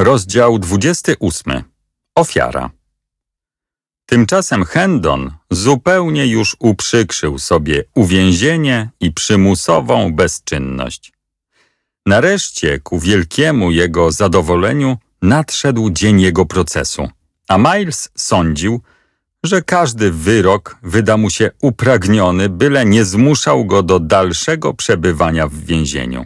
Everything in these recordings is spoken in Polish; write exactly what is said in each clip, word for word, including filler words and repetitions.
Rozdział dwudziesty ósmy. Ofiara. Tymczasem Hendon zupełnie już uprzykrzył sobie uwięzienie i przymusową bezczynność. Nareszcie ku wielkiemu jego zadowoleniu nadszedł dzień jego procesu, a Miles sądził, że każdy wyrok wyda mu się upragniony, byle nie zmuszał go do dalszego przebywania w więzieniu.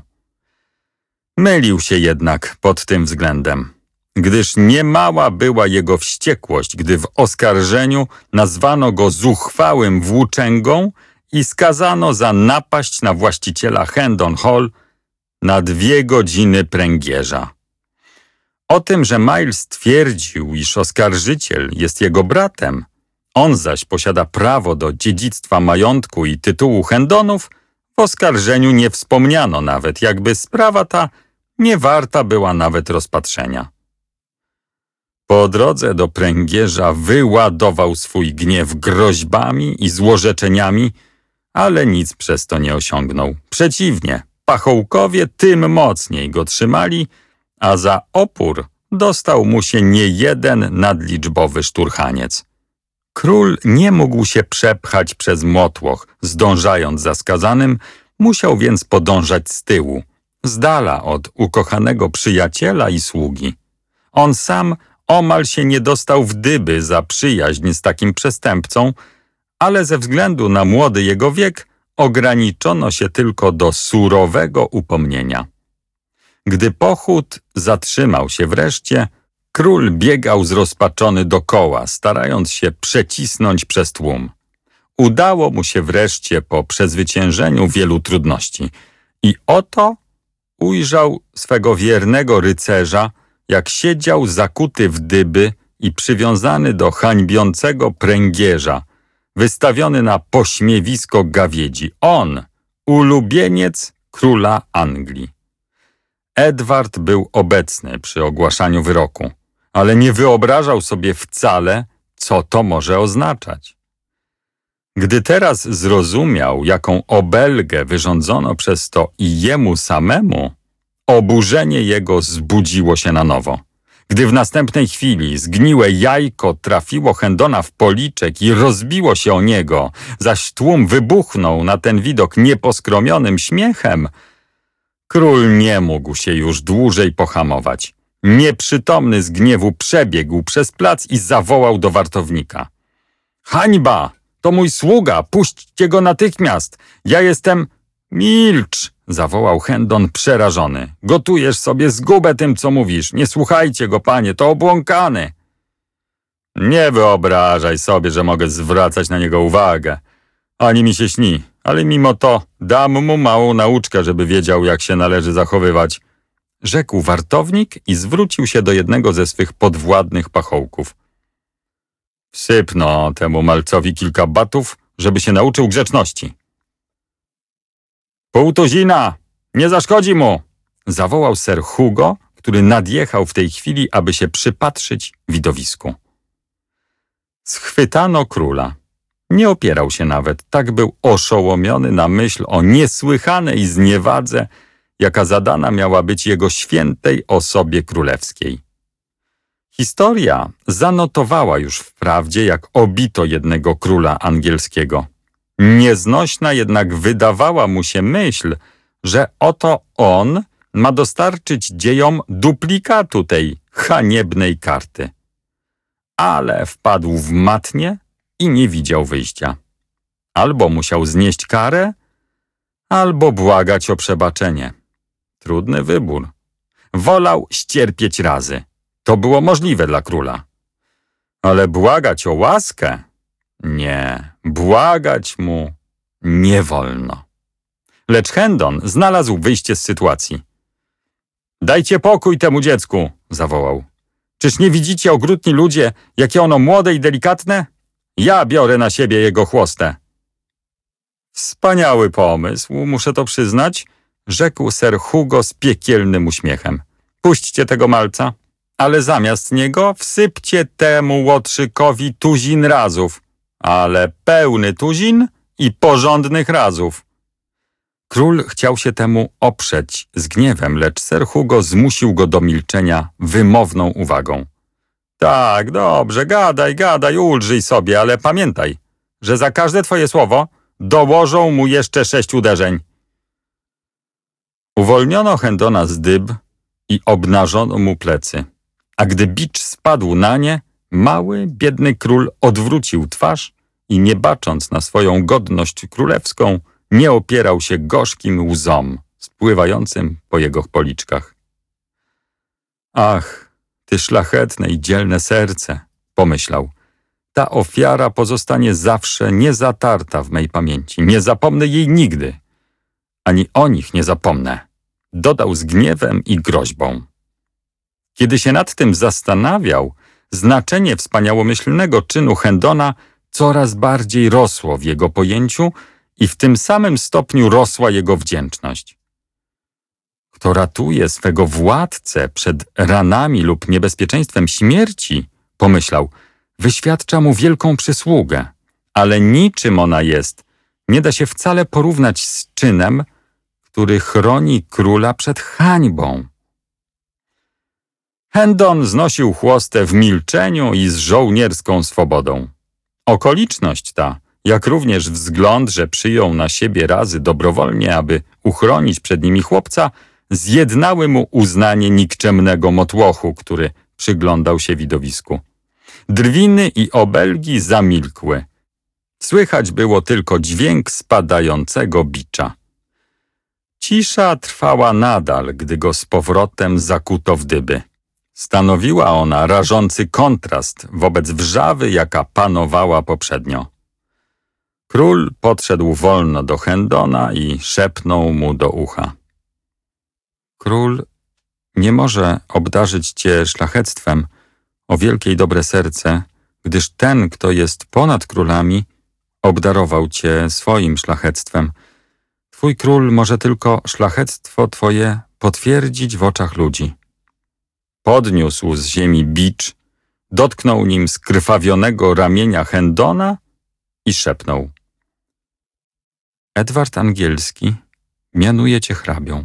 Mylił się jednak pod tym względem, gdyż niemała była jego wściekłość, gdy w oskarżeniu nazwano go zuchwałym włóczęgą i skazano za napaść na właściciela Hendon Hall na dwie godziny pręgierza. O tym, że Miles twierdził, iż oskarżyciel jest jego bratem, on zaś posiada prawo do dziedzictwa majątku i tytułu Hendonów, w oskarżeniu nie wspomniano nawet, jakby sprawa ta nie warta była nawet rozpatrzenia. Po drodze do pręgierza wyładował swój gniew groźbami i złorzeczeniami, ale nic przez to nie osiągnął. Przeciwnie, pachołkowie tym mocniej go trzymali, a za opór dostał mu się niejeden nadliczbowy szturchaniec. Król nie mógł się przepchać przez motłoch, zdążając za skazanym, musiał więc podążać z tyłu, z dala od ukochanego przyjaciela i sługi. On sam omal się nie dostał w dyby za przyjaźń z takim przestępcą, ale ze względu na młody jego wiek ograniczono się tylko do surowego upomnienia. Gdy pochód zatrzymał się wreszcie, król biegał zrozpaczony dokoła, starając się przecisnąć przez tłum. Udało mu się wreszcie po przezwyciężeniu wielu trudności i oto ujrzał swego wiernego rycerza, jak siedział zakuty w dyby i przywiązany do hańbiącego pręgierza, wystawiony na pośmiewisko gawiedzi. On, ulubieniec króla Anglii. Edward był obecny przy ogłaszaniu wyroku, ale nie wyobrażał sobie wcale, co to może oznaczać. Gdy teraz zrozumiał, jaką obelgę wyrządzono przez to i jemu samemu, oburzenie jego zbudziło się na nowo. Gdy w następnej chwili zgniłe jajko trafiło Hendona w policzek i rozbiło się o niego, zaś tłum wybuchnął na ten widok nieposkromionym śmiechem, król nie mógł się już dłużej pohamować. Nieprzytomny z gniewu przebiegł przez plac i zawołał do wartownika. Hańba! To mój sługa! Puśćcie go natychmiast! Ja jestem... Milcz! Zawołał Hendon przerażony. Gotujesz sobie zgubę tym, co mówisz. Nie słuchajcie go, panie, to obłąkany. Nie wyobrażaj sobie, że mogę zwracać na niego uwagę. Ani mi się śni, ale mimo to dam mu małą nauczkę, żeby wiedział, jak się należy zachowywać. Rzekł wartownik i zwrócił się do jednego ze swych podwładnych pachołków. Wsypno temu malcowi kilka batów, żeby się nauczył grzeczności. Pół tuzina! Nie zaszkodzi mu! Zawołał ser Hugo, który nadjechał w tej chwili, aby się przypatrzyć widowisku. Schwytano króla. Nie opierał się nawet, tak był oszołomiony na myśl o niesłychanej zniewadze, jaka zadana miała być jego świętej osobie królewskiej. Historia zanotowała już wprawdzie, jak obito jednego króla angielskiego. Nieznośna jednak wydawała mu się myśl, że oto on ma dostarczyć dziejom duplikatu tej haniebnej karty. Ale wpadł w matnię i nie widział wyjścia. Albo musiał znieść karę, albo błagać o przebaczenie. Trudny wybór. Wolał ścierpieć razy. To było możliwe dla króla. Ale błagać o łaskę? Nie, błagać mu nie wolno. Lecz Hendon znalazł wyjście z sytuacji. Dajcie pokój temu dziecku, zawołał. Czyż nie widzicie, okrutni ludzie, jakie ono młode i delikatne? Ja biorę na siebie jego chłostę. Wspaniały pomysł, muszę to przyznać, rzekł ser Hugo z piekielnym uśmiechem. Puśćcie tego malca, ale zamiast niego wsypcie temu łotrzykowi tuzin razów, ale pełny tuzin i porządnych razów. Król chciał się temu oprzeć z gniewem, lecz Ser Hugo zmusił go do milczenia wymowną uwagą. Tak, dobrze, gadaj, gadaj, ulżyj sobie, ale pamiętaj, że za każde twoje słowo dołożą mu jeszcze sześć uderzeń. Uwolniono Hendona z dyb i obnażono mu plecy, a gdy bicz spadł na nie, mały, biedny król odwrócił twarz i nie bacząc na swoją godność królewską, nie opierał się gorzkim łzom spływającym po jego policzkach. Ach, ty szlachetne i dzielne serce, pomyślał, ta ofiara pozostanie zawsze niezatarta w mej pamięci, nie zapomnę jej nigdy, ani o nich nie zapomnę, dodał z gniewem i groźbą. Kiedy się nad tym zastanawiał, znaczenie wspaniałomyślnego czynu Hendona coraz bardziej rosło w jego pojęciu i w tym samym stopniu rosła jego wdzięczność. Kto ratuje swego władcę przed ranami lub niebezpieczeństwem śmierci, pomyślał, wyświadcza mu wielką przysługę, ale niczym ona jest, nie da się wcale porównać z czynem, który chroni króla przed hańbą. Hendon znosił chłostę w milczeniu i z żołnierską swobodą. Okoliczność ta, jak również wzgląd, że przyjął na siebie razy dobrowolnie, aby uchronić przed nimi chłopca, zjednały mu uznanie nikczemnego motłochu, który przyglądał się widowisku. Drwiny i obelgi zamilkły. Słychać było tylko dźwięk spadającego bicza. Cisza trwała nadal, gdy go z powrotem zakuto w dyby. Stanowiła ona rażący kontrast wobec wrzawy, jaka panowała poprzednio. Król podszedł wolno do Hendona i szepnął mu do ucha. Król nie może obdarzyć cię szlachectwem o wielkie i dobre serce, gdyż ten, kto jest ponad królami, obdarował cię swoim szlachectwem. Twój król może tylko szlachectwo twoje potwierdzić w oczach ludzi. Podniósł z ziemi bicz, dotknął nim skrwawionego ramienia Hendona i szepnął. Edward Angielski mianuje cię hrabią.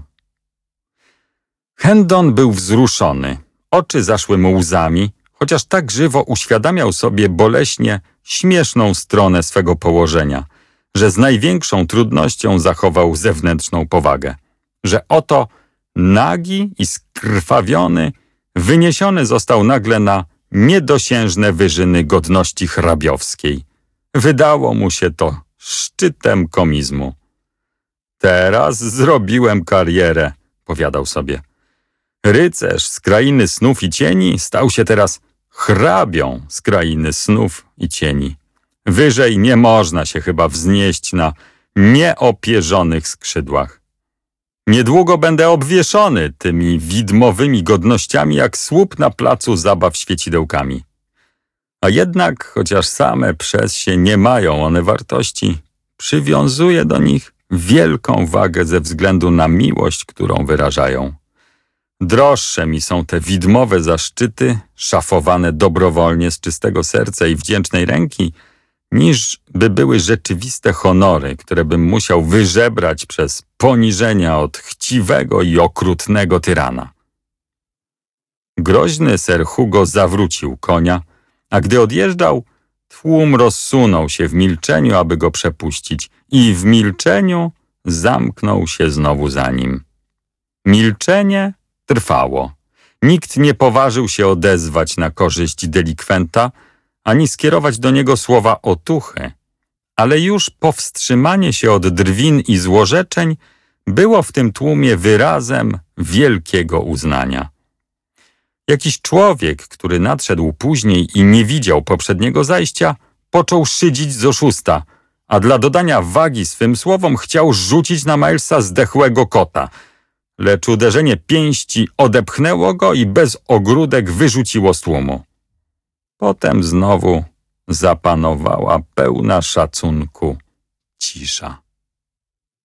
Hendon był wzruszony, oczy zaszły mu łzami, chociaż tak żywo uświadamiał sobie boleśnie śmieszną stronę swego położenia, że z największą trudnością zachował zewnętrzną powagę, że oto nagi i skrwawiony wyniesiony został nagle na niedosiężne wyżyny godności hrabiowskiej. Wydało mu się to szczytem komizmu. Teraz zrobiłem karierę, powiadał sobie. Rycerz z krainy snów i cieni stał się teraz hrabią z krainy snów i cieni. Wyżej nie można się chyba wznieść na nieopierzonych skrzydłach. Niedługo będę obwieszony tymi widmowymi godnościami jak słup na placu zabaw świecidełkami. A jednak, chociaż same przez się nie mają one wartości, przywiązuję do nich wielką wagę ze względu na miłość, którą wyrażają. Droższe mi są te widmowe zaszczyty, szafowane dobrowolnie z czystego serca i wdzięcznej ręki, niż by były rzeczywiste honory, które bym musiał wyżebrać przez poniżenia od chciwego i okrutnego tyrana. Groźny Ser Hugo zawrócił konia, a gdy odjeżdżał, tłum rozsunął się w milczeniu, aby go przepuścić i w milczeniu zamknął się znowu za nim. Milczenie trwało. Nikt nie poważył się odezwać na korzyść delikwenta, ani skierować do niego słowa otuchy, ale już powstrzymanie się od drwin i złorzeczeń było w tym tłumie wyrazem wielkiego uznania. Jakiś człowiek, który nadszedł później i nie widział poprzedniego zajścia, począł szydzić z oszusta, a dla dodania wagi swym słowom chciał rzucić na Milesa zdechłego kota, lecz uderzenie pięści odepchnęło go i bez ogródek wyrzuciło z tłumu. Potem znowu zapanowała pełna szacunku cisza.